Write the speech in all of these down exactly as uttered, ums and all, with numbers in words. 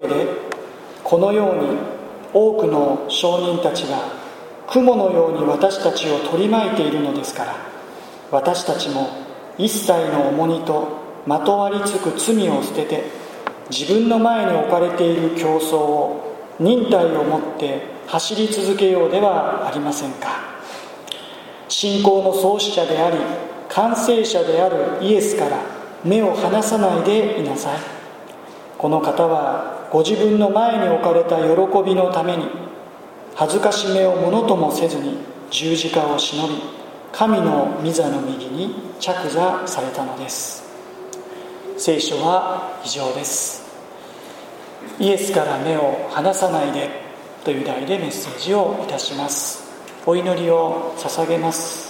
でこのように多くの証人たちが雲のように私たちを取り巻いているのですから、私たちも一切の重荷とまとわりつく罪を捨てて、自分の前に置かれている競争を忍耐をもって走り続けようではありませんか。信仰の創始者であり完成者であるイエスから目を離さないでいなさい。この方はご自分の前に置かれた喜びのために恥ずかしめをものともせずに十字架を忍び、神の御座の右に着座されたのです。聖書は以上です。イエスから目を離さないでという題でメッセージをいたします。お祈りを捧げます。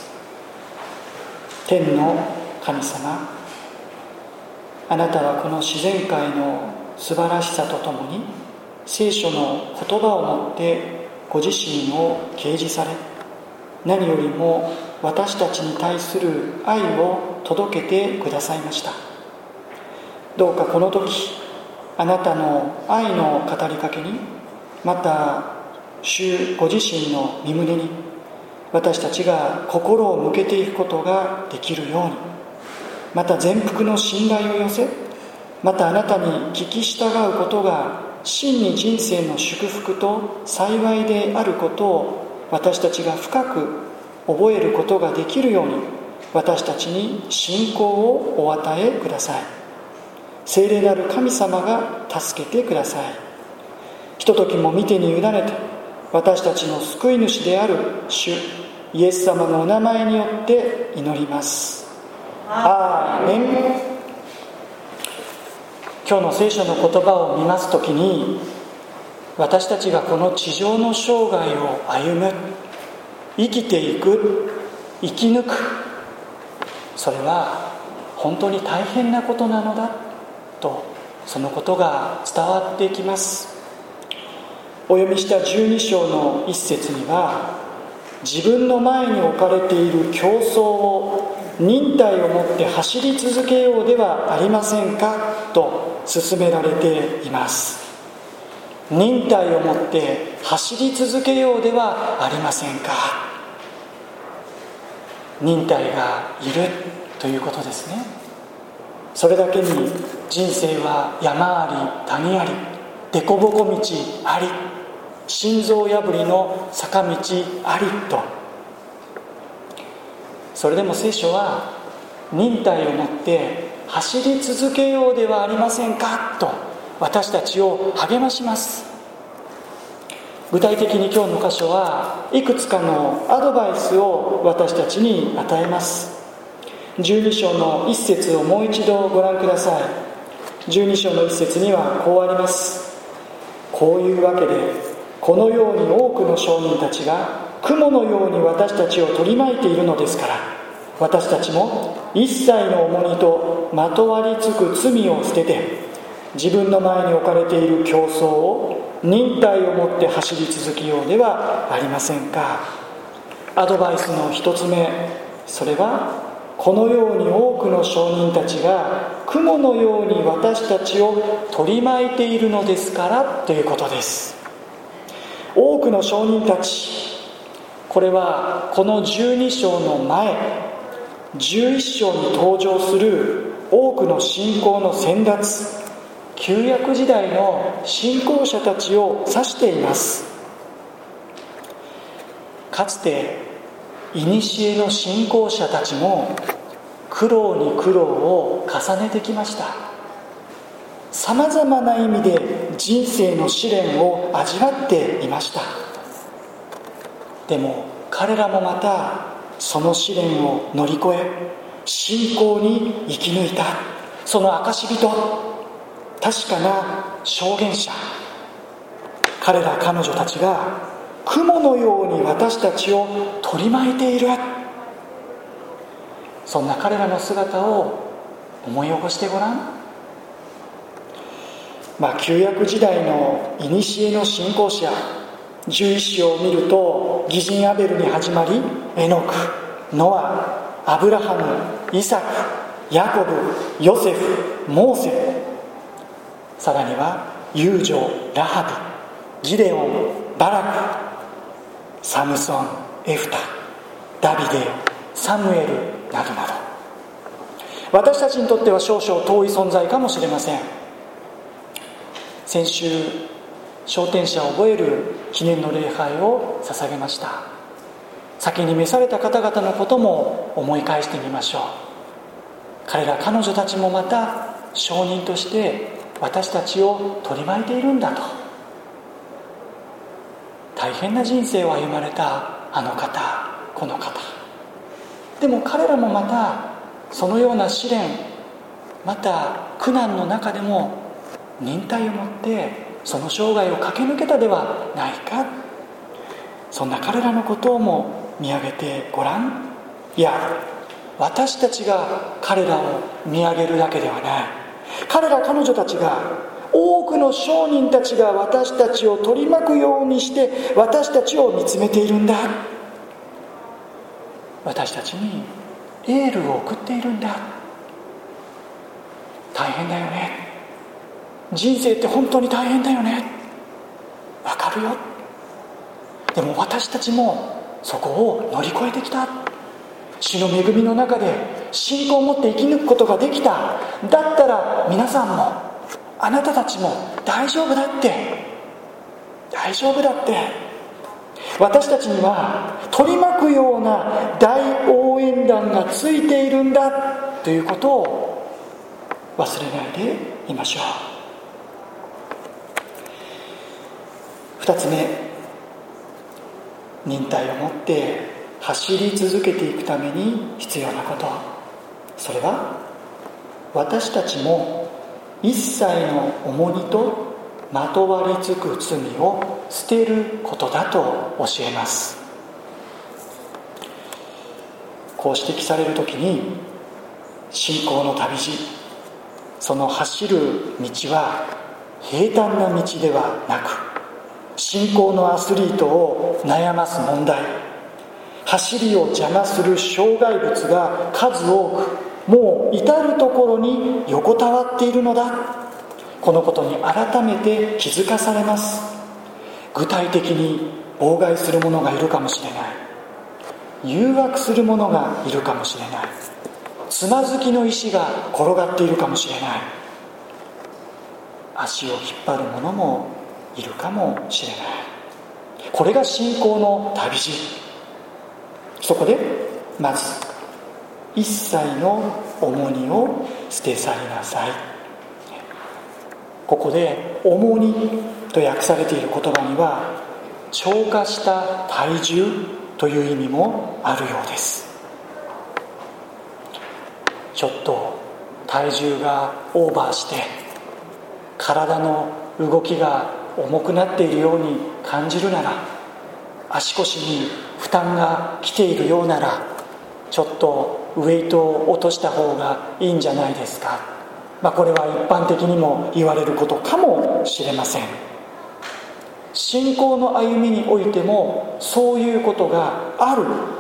天の神様、あなたはこの自然界の素晴らしさとともに聖書の言葉をもってご自身を掲示され、何よりも私たちに対する愛を届けてくださいました。どうかこの時、あなたの愛の語りかけに、また主ご自身の御胸に私たちが心を向けていくことができるように、また全幅の信頼を寄せ、またあなたに聞き従うことが真に人生の祝福と幸いであることを私たちが深く覚えることができるように、私たちに信仰をお与えください。聖霊なる神様が助けてください。ひとときも御手に委ねて、私たちの救い主である主イエス様のお名前によって祈ります。アーメン。今日の聖書の言葉を見ますときに、私たちがこの地上の生涯を歩む、生きていく、生き抜く、それは本当に大変なことなのだと、そのことが伝わってきます。お読みしたじゅうに章の一節には、自分の前に置かれている競争を忍耐をもって走り続けようではありませんかと勧められています。忍耐をもって走り続けようではありませんか。忍耐がいるということですね。それだけに人生は山あり谷あり、凸凹道あり、心臓破りの坂道ありと。それでも聖書は忍耐をもって走り続けようではありませんかと私たちを励まします。具体的に今日の箇所はいくつかのアドバイスを私たちに与えます。じゅうに章の一節をもう一度ご覧ください。じゅうに章の一節にはこうあります。こういうわけでこのように多くの証人たちが雲のように私たちを取り巻いているのですから、私たちも一切の重荷とまとわりつく罪を捨てて、自分の前に置かれている競争を忍耐をもって走り続けようではありませんか。アドバイスの一つ目、それはこのように多くの証人たちが雲のように私たちを取り巻いているのですからということです。多くの証人たち、これはこのじゅうに章の前、じゅういち章に登場する多くの信仰の先達、旧約時代の信仰者たちを指しています。かつて古の信仰者たちも苦労に苦労を重ねてきました。さまざまな意味で人生の試練を味わっていました。でも彼らもまたその試練を乗り越え信仰に生き抜いた、その証人、確かな証言者、彼ら彼女たちが雲のように私たちを取り巻いている、そんな彼らの姿を思い起こしてごらん。まあ、旧約時代の古の信仰者、じゅういち章を見ると義人アベルに始まり、エノク、ノア、アブラハム、イサク、ヤコブ、ヨセフ、モーセ、さらには遊女ラハブ、ギデオン、バラク、サムソン、エフタ、ダビデ、サムエルなどなど、私たちにとっては少々遠い存在かもしれません。先週昇天者を覚える記念の礼拝を捧げました。先に召された方々のことも思い返してみましょう。彼ら彼女たちもまた証人として私たちを取り巻いているんだと。大変な人生を歩まれたあの方この方、でも彼らもまたそのような試練、また苦難の中でも忍耐を持ってその生涯を駆け抜けたではないか。そんな彼らのことをも見上げてごらん。いや、私たちが彼らを見上げるだけではない。彼ら彼女たちが、多くの商人たちが私たちを取り巻くようにして私たちを見つめているんだ。私たちにエールを送っているんだ。大変だよね、人生って本当に大変だよね、わかるよ。でも私たちもそこを乗り越えてきた。主の恵みの中で信仰を持って生き抜くことができた。だったら皆さんもあなたたちも大丈夫だって大丈夫だって私たちには取り巻くような大応援団がついているんだということを忘れないでいましょう。二つ目、忍耐を持って走り続けていくために必要なこと、それは私たちも一切の重荷とまとわりつく罪を捨てることだと教えます。こう指摘されるときに、信仰の旅路、その走る道は平坦な道ではなく、信仰のアスリートを悩ます問題、走りを邪魔する障害物が数多く、もう至るところに横たわっているのだ。このことに改めて気づかされます。具体的に妨害する者がいるかもしれない、誘惑する者がいるかもしれない、つまずきの石が転がっているかもしれない、足を引っ張る者もいるかもしれない。これが信仰の旅路。そこでまず一切の重荷を捨て去りなさい。ここで重荷と訳されている言葉には、超過した体重という意味もあるようです。ちょっと体重がオーバーして体の動きが重くなっているように感じるなら、足腰に負担が来ているようなら、ちょっとウェイトを落とした方がいいんじゃないですか。まあ、これは一般的にも言われることかもしれません。信仰の歩みにおいてもそういうことがある。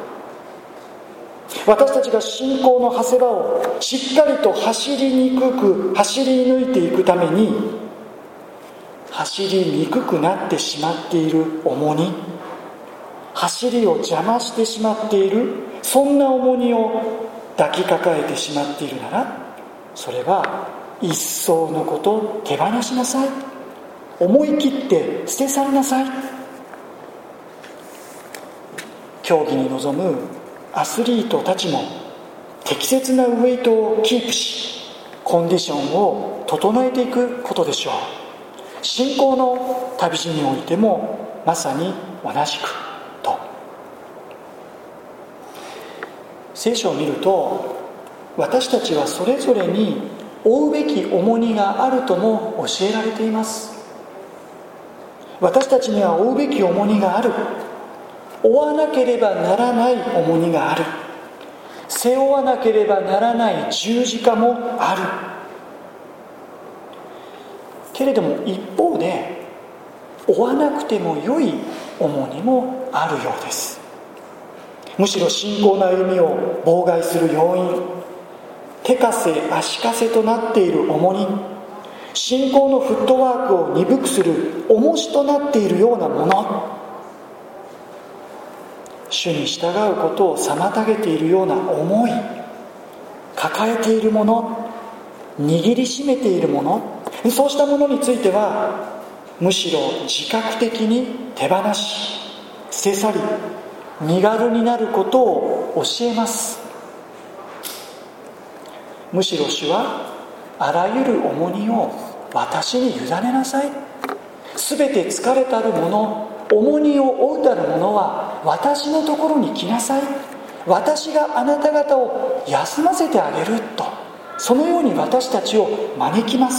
私たちが信仰の長谷場をしっかりと走りにくく走り抜いていくために、走りにくくなってしまっている重荷、走りを邪魔してしまっている、そんな重荷を抱きかかえてしまっているなら、それは一層のこと手放しなさい。思い切って捨て去りなさい。競技に臨むアスリートたちも適切なウェイトをキープし、コンディションを整えていくことでしょう。信仰の旅路においてもまさに同じくと。聖書を見ると、私たちはそれぞれに負うべき重荷があるとも教えられています。私たちには負うべき重荷がある。負わなければならない重荷がある。背負わなければならない十字架もある。けれども一方で、負わなくても良い重荷もあるようです。むしろ信仰の歩みを妨害する要因、手かせ足かせとなっている重荷、 信仰のフットワークを鈍くする重しとなっているようなもの、主に従うことを妨げているような思い、抱えているもの、握りしめているもの、そうしたものについてはむしろ自覚的に手放し、捨て去り、身軽になることを教えます。むしろ主は、あらゆる重荷を私に委ねなさい。すべて疲れたるもの、重荷を負うたるものは私のところに来なさい。私があなた方を休ませてあげると、そのように私たちを招きます。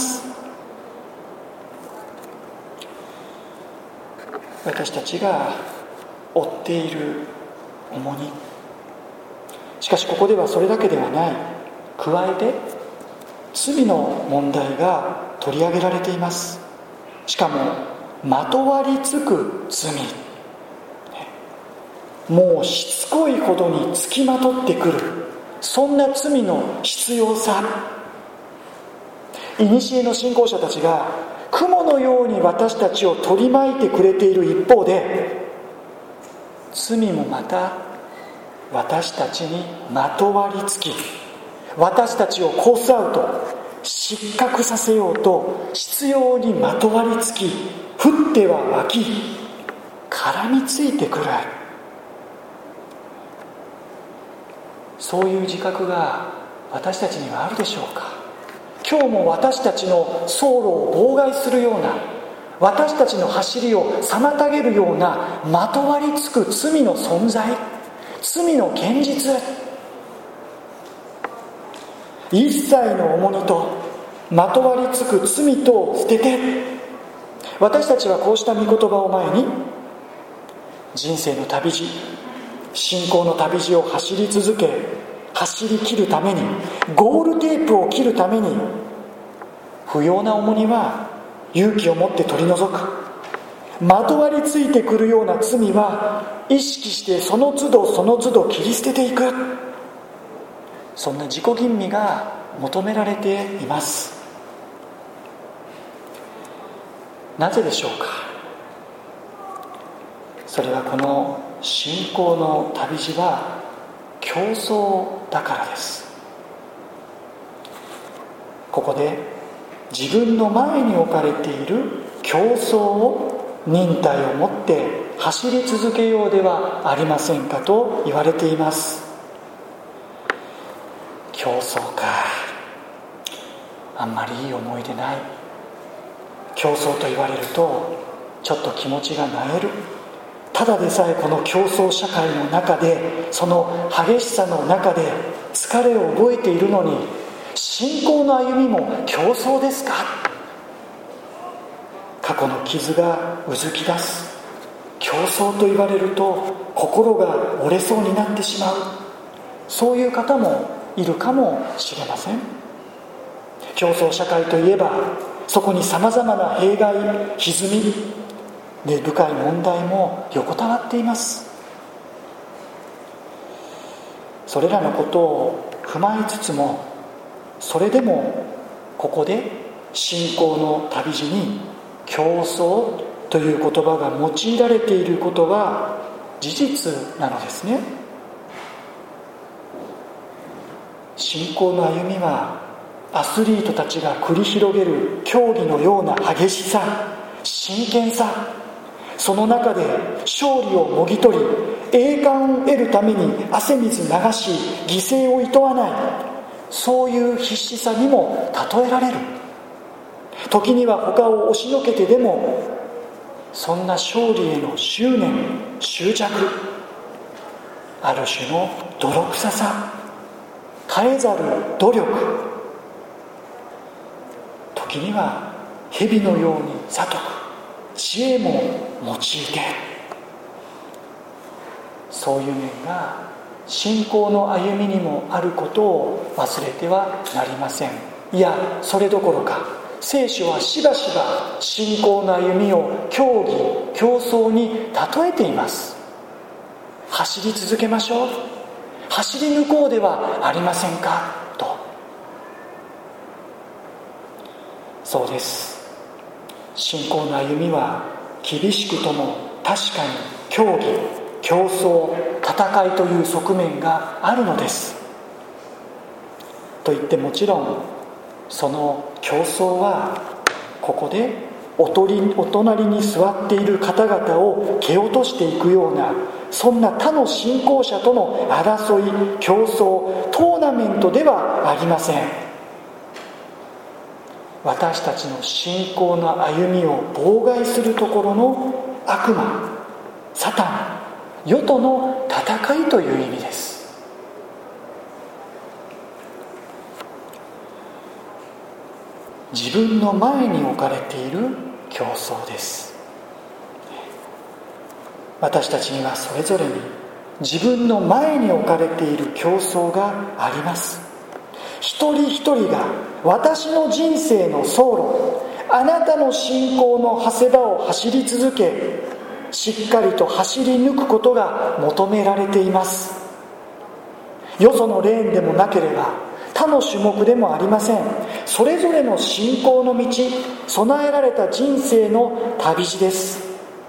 私たちが負っている重荷、しかしここではそれだけではない、加えて罪の問題が取り上げられています。しかもまとわりつく罪、もうしつこいほどにつきまとってくる、そんな罪の必要さ。古の信仰者たちが雲のように私たちを取り巻いてくれている一方で、罪もまた私たちにまとわりつき、私たちをコースアウト、失格させようと執拗にまとわりつき、降っては湧き、絡みついてくる。そういう自覚が私たちにはあるでしょうか。今日も私たちの走路を妨害するような、私たちの走りを妨げるようなまとわりつく罪の存在、罪の現実、一切の重荷とまとわりつく罪とを捨てて、私たちはこうした御言葉を前に、人生の旅路、信仰の旅路を走り続け、走り切るために、ゴールテープを切るために、不要な重荷は勇気を持って取り除く。まとわりついてくるような罪は意識してその都度その都度切り捨てていく。そんな自己吟味が求められています。なぜでしょうか。それはこの信仰の旅路は競争だからです。ここで自分の前に置かれている競争を忍耐を持って走り続けようではありませんかと言われています。競争か、あんまりいい思い出ない。競争と言われるとちょっと気持ちがなえる。ただでさえこの競争社会の中で、その激しさの中で疲れを覚えているのに、信仰の歩みも競争ですか。過去の傷がうずき出す。競争と言われると心が折れそうになってしまう、そういう方もいるかもしれません。競争社会といえば、そこにさまざまな弊害、歪み、根深い問題も横たわっています。それらのことを踏まえつつも、それでもここで信仰の旅路に競争という言葉が用いられていることは事実なのですね。信仰の歩みはアスリートたちが繰り広げる競技のような激しさ、真剣さ、その中で勝利をもぎ取り、栄冠を得るために汗水流し、犠牲をいとわない、そういう必死さにも例えられる。時には他を押しのけてでも、そんな勝利への執念、執着、ある種の泥臭さ、絶えざる努力、時には蛇のように悟く知恵も用いて、そういう面が信仰の歩みにもあることを忘れてはなりません。いや、それどころか、聖書はしばしば信仰の歩みを競技、競争に例えています。走り続けましょう、走り抜こうではありませんかと。 そうです。信仰の歩みは厳しくとも確かに競技、競争、戦いという側面があるのです。と言ってもちろんその競争はここでおとりお隣に座っている方々を蹴落としていくような、そんな他の信仰者との争い、競争、トーナメントではありません。私たちの信仰の歩みを妨害するところの悪魔、サタン、世との戦いという意味です。自分の前に置かれている競争です。私たちにはそれぞれに自分の前に置かれている競争があります。一人一人が私の人生の走路、あなたの信仰の長谷場を走り続け、しっかりと走り抜くことが求められています。よそのレーンでもなければ他の種目でもありません。それぞれの信仰の道、備えられた人生の旅路です。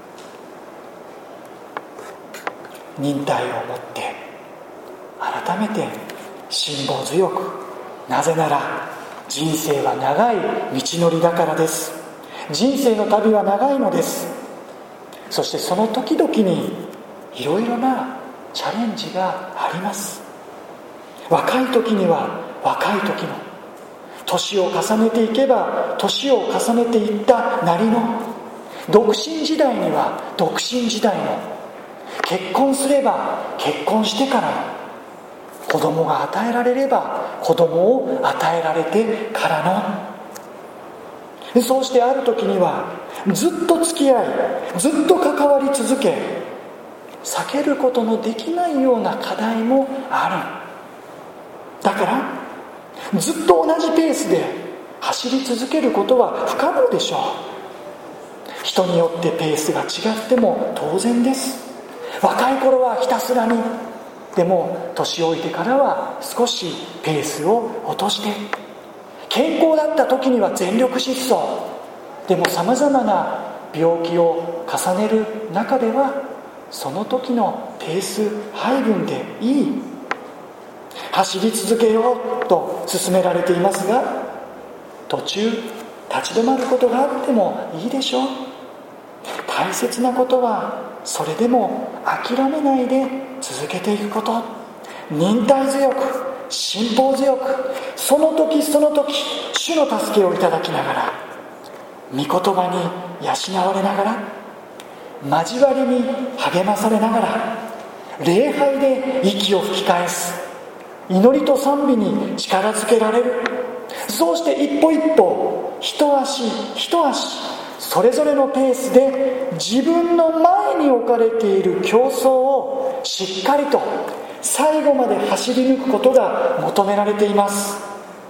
忍耐を持って改めて辛抱強く、なぜなら人生は長い道のりだからです。人生の旅は長いのです。そしてその時々にいろいろなチャレンジがあります。若い時には若い時の、年を重ねていけば年を重ねていったなりの、独身時代には独身時代の、結婚すれば結婚してからの、子供が与えられれば子供を与えられてからの、そうしてある時にはずっと付き合い、ずっと関わり続け、避けることのできないような課題もある。だからずっと同じペースで走り続けることは不可能でしょう。人によってペースが違っても当然です。若い頃はひたすらに、でも年老いてからは少しペースを落として、健康だった時には全力疾走、でもさまざまな病気を重ねる中ではその時のペース配分でいい、走り続けようと勧められていますが、途中立ち止まることがあってもいいでしょう。大切なことはそれでも諦めないで続けていくこと。忍耐強く、辛抱強く、その時その時主の助けをいただきながら、御言葉に養われながら、交わりに励まされながら、礼拝で息を吹き返す、祈りと賛美に力づけられる。そうして一歩一歩、一足一足、それぞれのペースで自分の前に置かれている競争をしっかりと最後まで走り抜くことが求められています。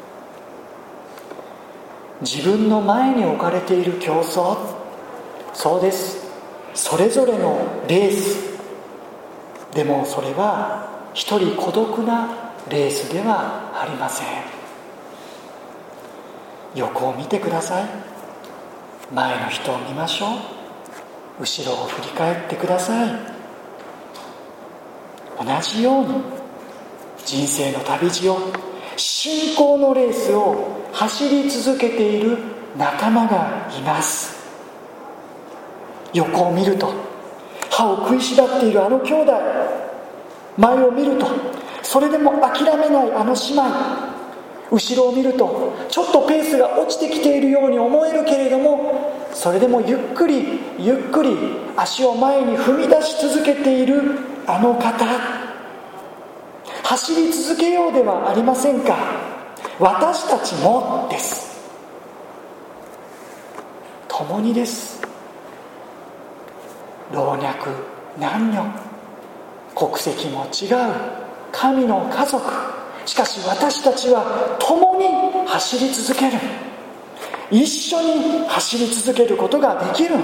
自分の前に置かれている競争、そうです。それぞれのレース。でもそれは一人孤独なレースではありません。横を見てください。前の人を見ましょう。後ろを振り返ってください。同じように人生の旅路を、信仰のレースを走り続けている仲間がいます。横を見ると歯を食いしばっているあの兄弟、前を見るとそれでも諦めないあの姉妹、後ろを見るとちょっとペースが落ちてきているように思えるけれども、それでもゆっくりゆっくり足を前に踏み出し続けているあの方、走り続けようではありませんか。私たちもです。共にです。老若男女、国籍も違う神の家族、しかし私たちは共に走り続ける、一緒に走り続けることができる。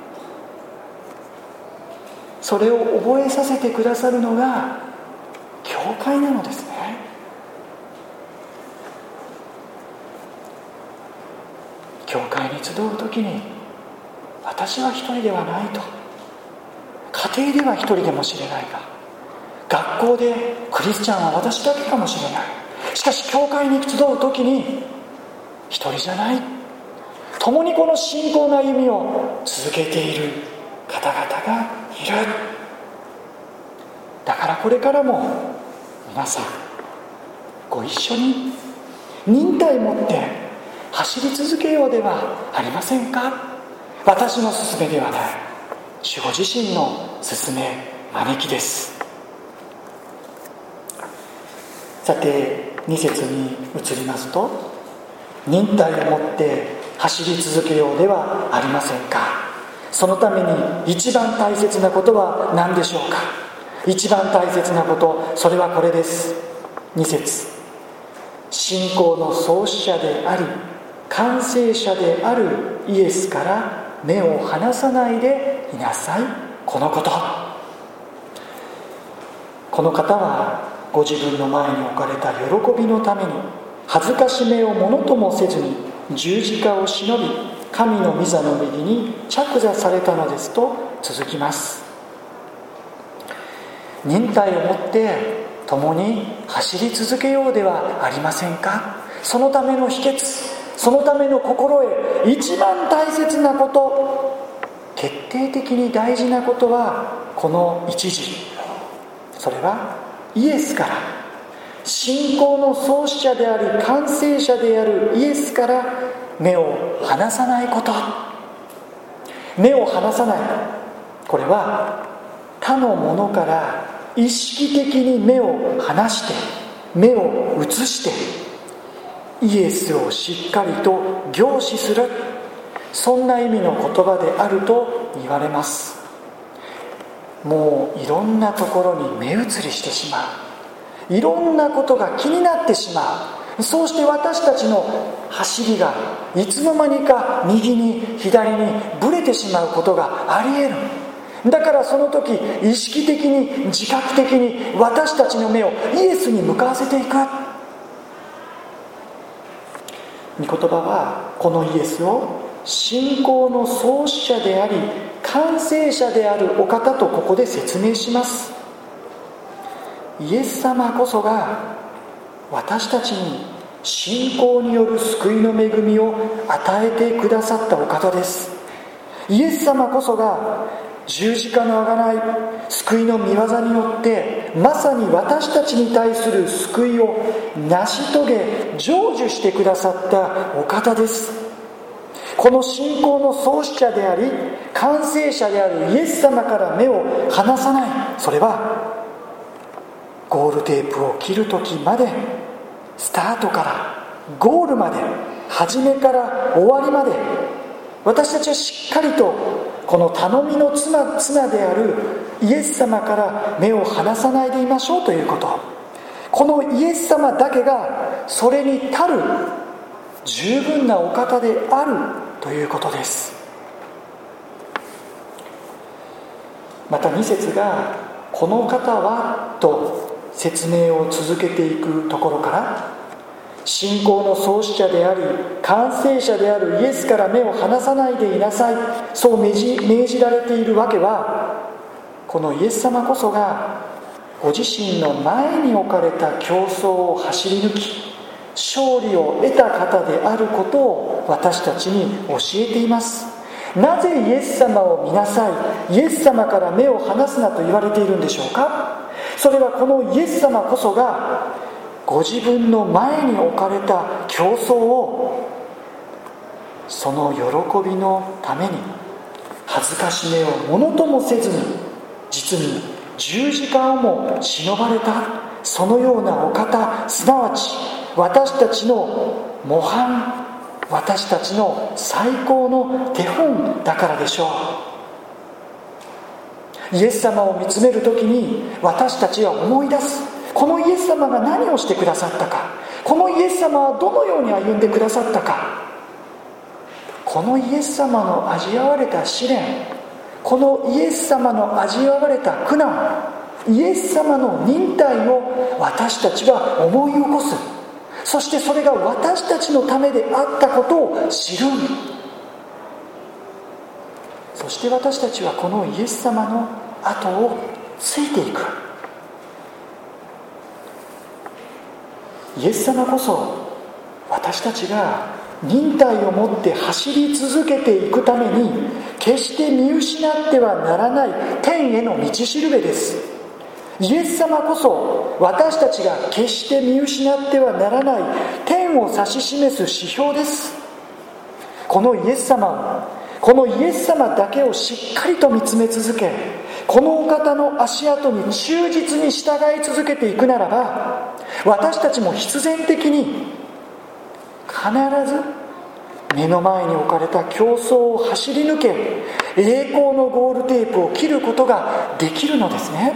それを覚えさせてくださるのが教会なのですね。教に集う時に、私は一人ではないと、家庭では一人でもしれないが、学校でクリスチャンは私だけかもしれない。しかし教会に集う時に一人じゃない、共にこの信仰の歩みを続けている方々がいる。だからこれからも皆さんご一緒に忍耐を持って走り続けようではありませんか。私の勧めではない、主ご自身の勧め招きです。さてに節に移りますと、忍耐を持って走り続けようではありませんか。そのために一番大切なことは何でしょうか。一番大切なこと、それはこれです。に節、信仰の創始者であり完成者であるイエスから目を離さないでいなさい。このこと、この方はご自分の前に置かれた喜びのために恥ずかしめをものともせずに十字架を忍び、神の御座の右に着座されたのですと続きます。忍耐を持って共に走り続けようではありませんか。そのための秘訣、そのための心得、一番大切なこと、徹底的に大事なことはこの一字、それはイエスから、信仰の創始者であり完成者であるイエスから目を離さないこと。目を離さない、これは他のものから意識的に目を離して目を移してイエスをしっかりと凝視する、そんな意味の言葉であると言われます。もういろんなところに目移りしてしまう、いろんなことが気になってしまう。そうして私たちの走りがいつの間にか右に左にぶれてしまうことがあり得る。だからその時意識的に自覚的に私たちの目をイエスに向かわせていく。御言葉はこのイエスを信仰の創始者であり完成者であるお方とここで説明します。イエス様こそが私たちに信仰による救いの恵みを与えてくださったお方です。イエス様こそが十字架の贖い、救いの御業によってまさに私たちに対する救いを成し遂げ成就してくださったお方です。この信仰の創始者であり完成者であるイエス様から目を離さない、それはゴールテープを切る時まで、スタートからゴールまで、初めから終わりまで、私たちはしっかりとこの頼みの綱、綱であるイエス様から目を離さないでいましょうということ。このイエス様だけがそれに足る十分なお方であるということです。またに節がこの方はと説明を続けていくところから、信仰の創始者であり完成者であるイエスから目を離さないでいなさい、そう命じ、命じられているわけは、このイエス様こそがご自身の前に置かれた競争を走り抜き勝利を得た方であることを私たちに教えています。なぜイエス様を見なさい、イエス様から目を離すなと言われているんでしょうか。それはこのイエス様こそがご自分の前に置かれた競争をその喜びのために恥ずかしめをものともせずに実に十字架をも忍ばれた、そのようなお方、すなわち私たちの模範、私たちの最高の手本だからでしょう。イエス様を見つめるときに私たちは思い出す、このイエス様が何をしてくださったか、このイエス様はどのように歩んでくださったか、このイエス様の味わわれた試練、このイエス様の味わわれた苦難、イエス様の忍耐を私たちは思い起こす。そしてそれが私たちのためであったことを知る。 そして私たちはこのイエス様の後をついていく。イエス様こそ私たちが忍耐を持って走り続けていくために決して見失ってはならない天への道しるべです。イエス様こそ私たちが決して見失ってはならない天を指し示す指標です。このイエス様をこのイエス様だけをしっかりと見つめ続け、このお方の足跡に忠実に従い続けていくならば、私たちも必然的に必ず目の前に置かれた競争を走り抜け、栄光のゴールテープを切ることができるのですね。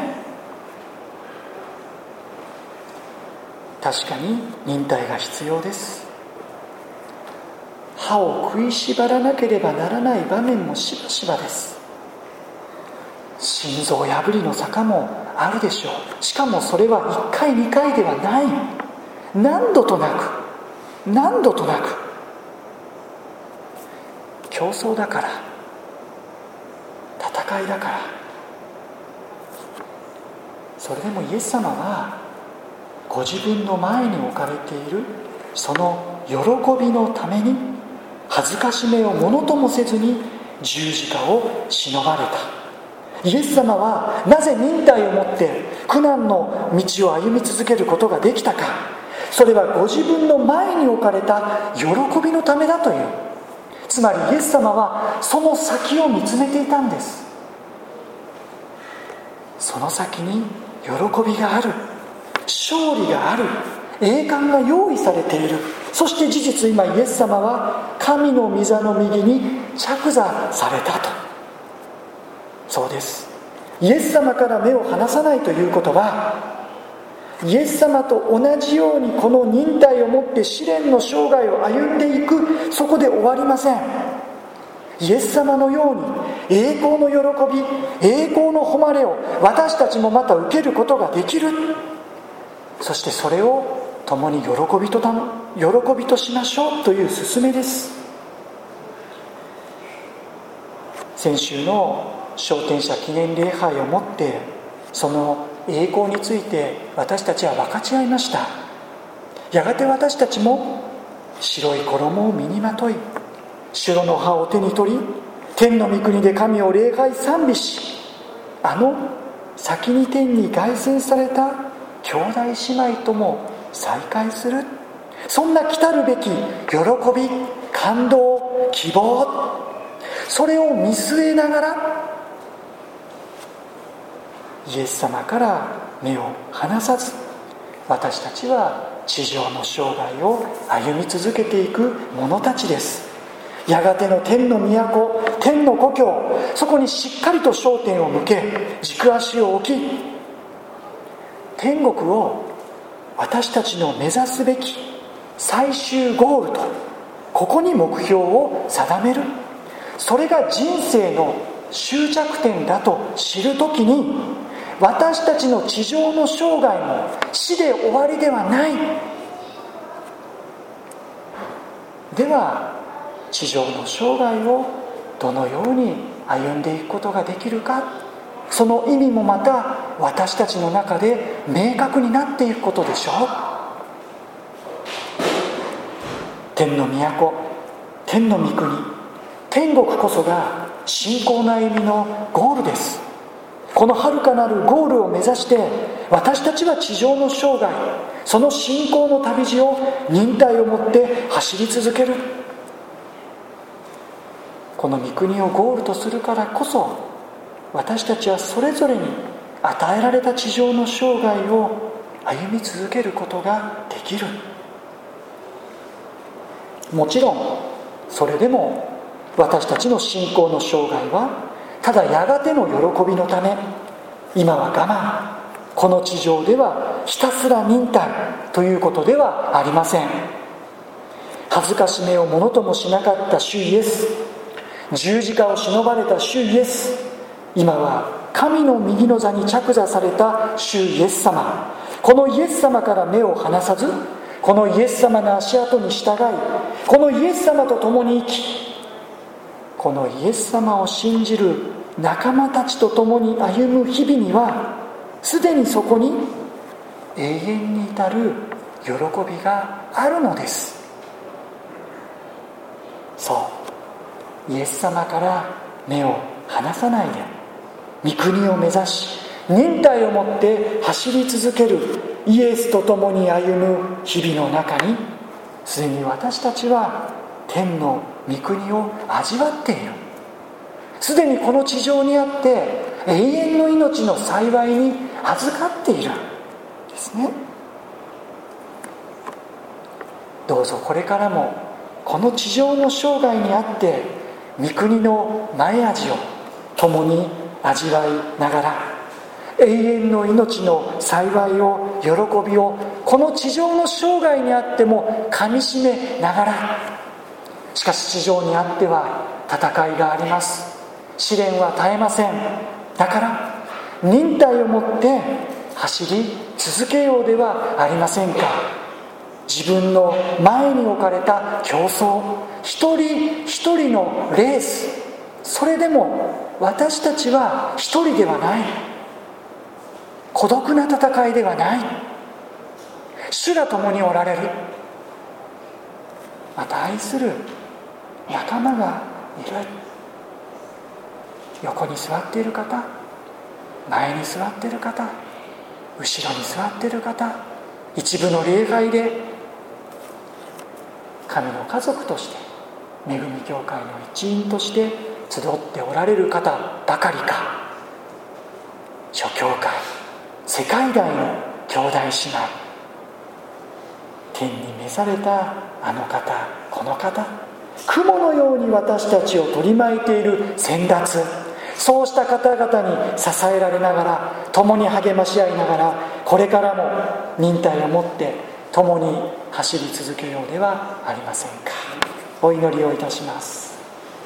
確かに忍耐が必要です。歯を食いしばらなければならない場面もしばしばです。心臓破りの坂もあるでしょう。しかもそれはいっかいにかいではない、何度となく何度となく競争だから、戦いだから。それでもイエス様はご自分の前に置かれているその喜びのために恥ずかしめをものともせずに十字架を忍ばれた。イエス様はなぜ忍耐を持って苦難の道を歩み続けることができたか。それはご自分の前に置かれた喜びのためだという。つまりイエス様はその先を見つめていたんです。その先に喜びがある、勝利がある、栄冠が用意されている。そして事実、今イエス様は神の御座の右に着座されたと。そうです。イエス様から目を離さないということは、イエス様と同じようにこの忍耐をもって試練の生涯を歩んでいく、そこで終わりません。イエス様のように栄光の喜び、栄光の誉れを私たちもまた受けることができる。そしてそれを共に喜びとた喜びとしましょうという勧めです。先週の昇天者記念礼拝をもってその栄光について私たちは分かち合いました。やがて私たちも白い衣を身にまとい、白の葉を手に取り、天の御国で神を礼拝賛美し、あの先に天に凱旋された兄弟姉妹とも再会する。そんな来たるべき喜び、感動、希望、それを見据えながらイエス様から目を離さず、私たちは地上の生涯を歩み続けていく者たちです。やがての天の都、天の故郷、そこにしっかりと焦点を向け、軸足を置き、天国を私たちの目指すべき最終ゴールと、ここに目標を定める。それが人生の終着点だと知るときに、私たちの地上の生涯も死で終わりではない。では地上の生涯をどのように歩んでいくことができるか、その意味もまた私たちの中で明確になっていくことでしょう。天の都、天の御国、天国こそが信仰の歩みのゴールです。この遥かなるゴールを目指して私たちは地上の生涯、その信仰の旅路を忍耐をもって走り続ける。この御国をゴールとするからこそ、私たちはそれぞれに与えられた地上の生涯を歩み続けることができる。もちろんそれでも私たちの信仰の生涯はただやがての喜びのため、今は我慢、この地上ではひたすら忍耐ということではありません。恥ずかしめをものともしなかった主イエス、十字架を忍ばれた主イエス、今は神の右の座に着座された主イエス様、このイエス様から目を離さず、このイエス様の足跡に従い、このイエス様と共に生き、 このイエス様を信じる仲間たちと共に歩む日々には、すでにそこに永遠に至る喜びがあるのです。そう、イエス様から目を離さないで、御国を目指し忍耐を持って走り続けるイエスと共に歩む日々の中に、すでに私たちは天の御国を味わっている。すでにこの地上にあって永遠の命の幸いに預かっているですね。どうぞこれからもこの地上の生涯にあって御国の前味を共に味わいながら、永遠の命の幸いを喜びをこの地上の生涯にあってもかみしめながら、しかし地上にあっては戦いがあります。試練は絶えません。だから忍耐を持って走り続けようではありませんか。自分の前に置かれた競争、一人一人のレース、それでも私たちは一人ではない、孤独な戦いではない。主が共におられる。また愛する仲間がいる。横に座っている方、前に座っている方、後ろに座っている方、一部の礼拝で神の家族として恵み教会の一員として集っておられる方ばかりか、諸教会、世界大の兄弟姉妹、天に召されたあの方この方、雲のように私たちを取り巻いている先達、そうした方々に支えられながら、共に励まし合いながら、これからも忍耐を持って共に走り続けようではありませんか。お祈りをいたします。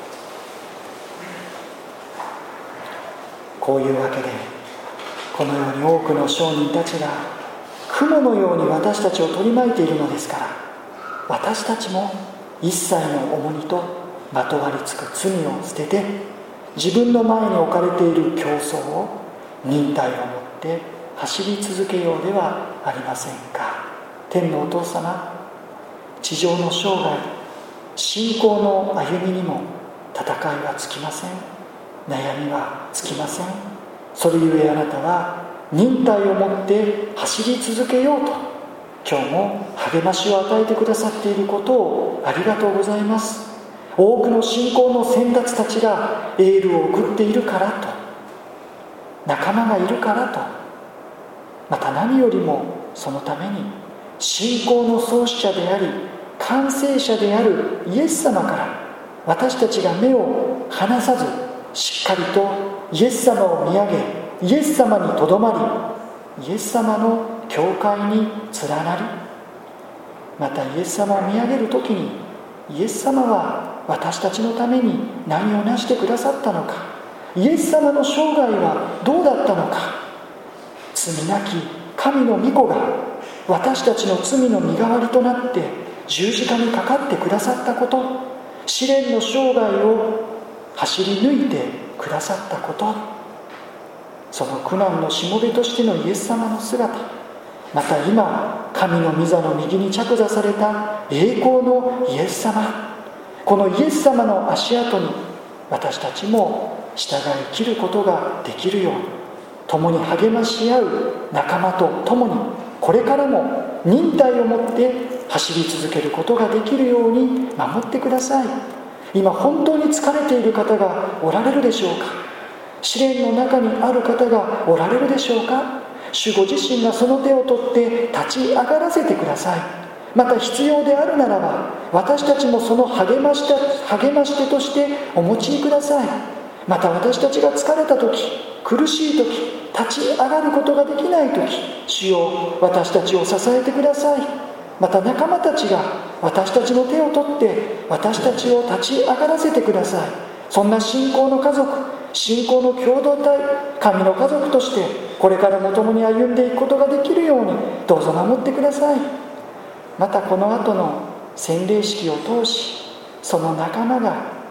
こういうわけで、このように多くの商人たちが雲のように私たちを取り巻いているのですから、私たちも一切の重荷とまとわりつく罪を捨てて、自分の前に置かれている競争を忍耐を持って走り続けようではありませんか。天のお父様、地上の生涯、信仰の歩みにも戦いはつきません。悩みはつきません。それゆえあなたは忍耐を持って走り続けようと、今日も励ましを与えてくださっていることをありがとうございます。多くの信仰の先達たちがエールを送っているからと、仲間がいるからと、また何よりもそのために信仰の創始者であり完成者であるイエス様から私たちが目を離さず、しっかりとイエス様を見上げ、イエス様にとどまり、イエス様の教会に連なり、またイエス様を見上げるときに、イエス様は私たちのために何をなしてくださったのか、イエス様の生涯はどうだったのか、罪なき神の御子が私たちの罪の身代わりとなって十字架にかかってくださったこと、試練の生涯を走り抜いてくださったこと、その苦難のしもべとしてのイエス様の姿、また今神の御座の右に着座された栄光のイエス様、このイエス様の足跡に私たちも従い切ることができるように、共に励まし合う仲間と共にこれからも忍耐を持って走り続けることができるように守ってください。今本当に疲れている方がおられるでしょうか。試練の中にある方がおられるでしょうか。主ご自身がその手を取って立ち上がらせてください。また必要であるならば私たちもその励まし励まし手としてお持ちにください。また私たちが疲れた時、苦しい時、立ち上がることができない時、主よ私たちを支えてください。また仲間たちが私たちの手を取って私たちを立ち上がらせてください。そんな信仰の家族、信仰の共同体、神の家族としてこれからも共に歩んでいくことができるようにどうぞ守ってください。またこの後の洗礼式を通し、その仲間が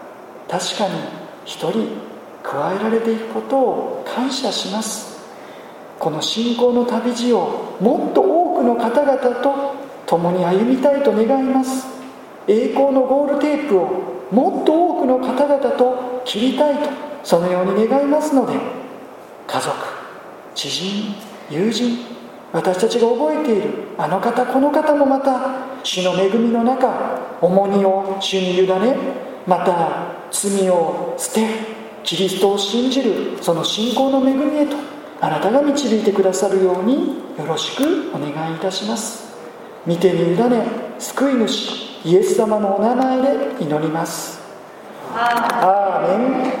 確かに一人加えられていくことを感謝します。この信仰の旅路をもっと多くの方々と共に歩みたいと願います。栄光のゴールテープをもっと多くの方々と切りたいと、そのように願いますので、家族、知人、友人、私たちが覚えているあの方この方もまた主の恵みの中、重荷を主に委ね、また罪を捨てキリストを信じるその信仰の恵みへとあなたが導いてくださるようによろしくお願いいたします。御手に委ね救い主イエス様のお名前で祈ります。アーメン。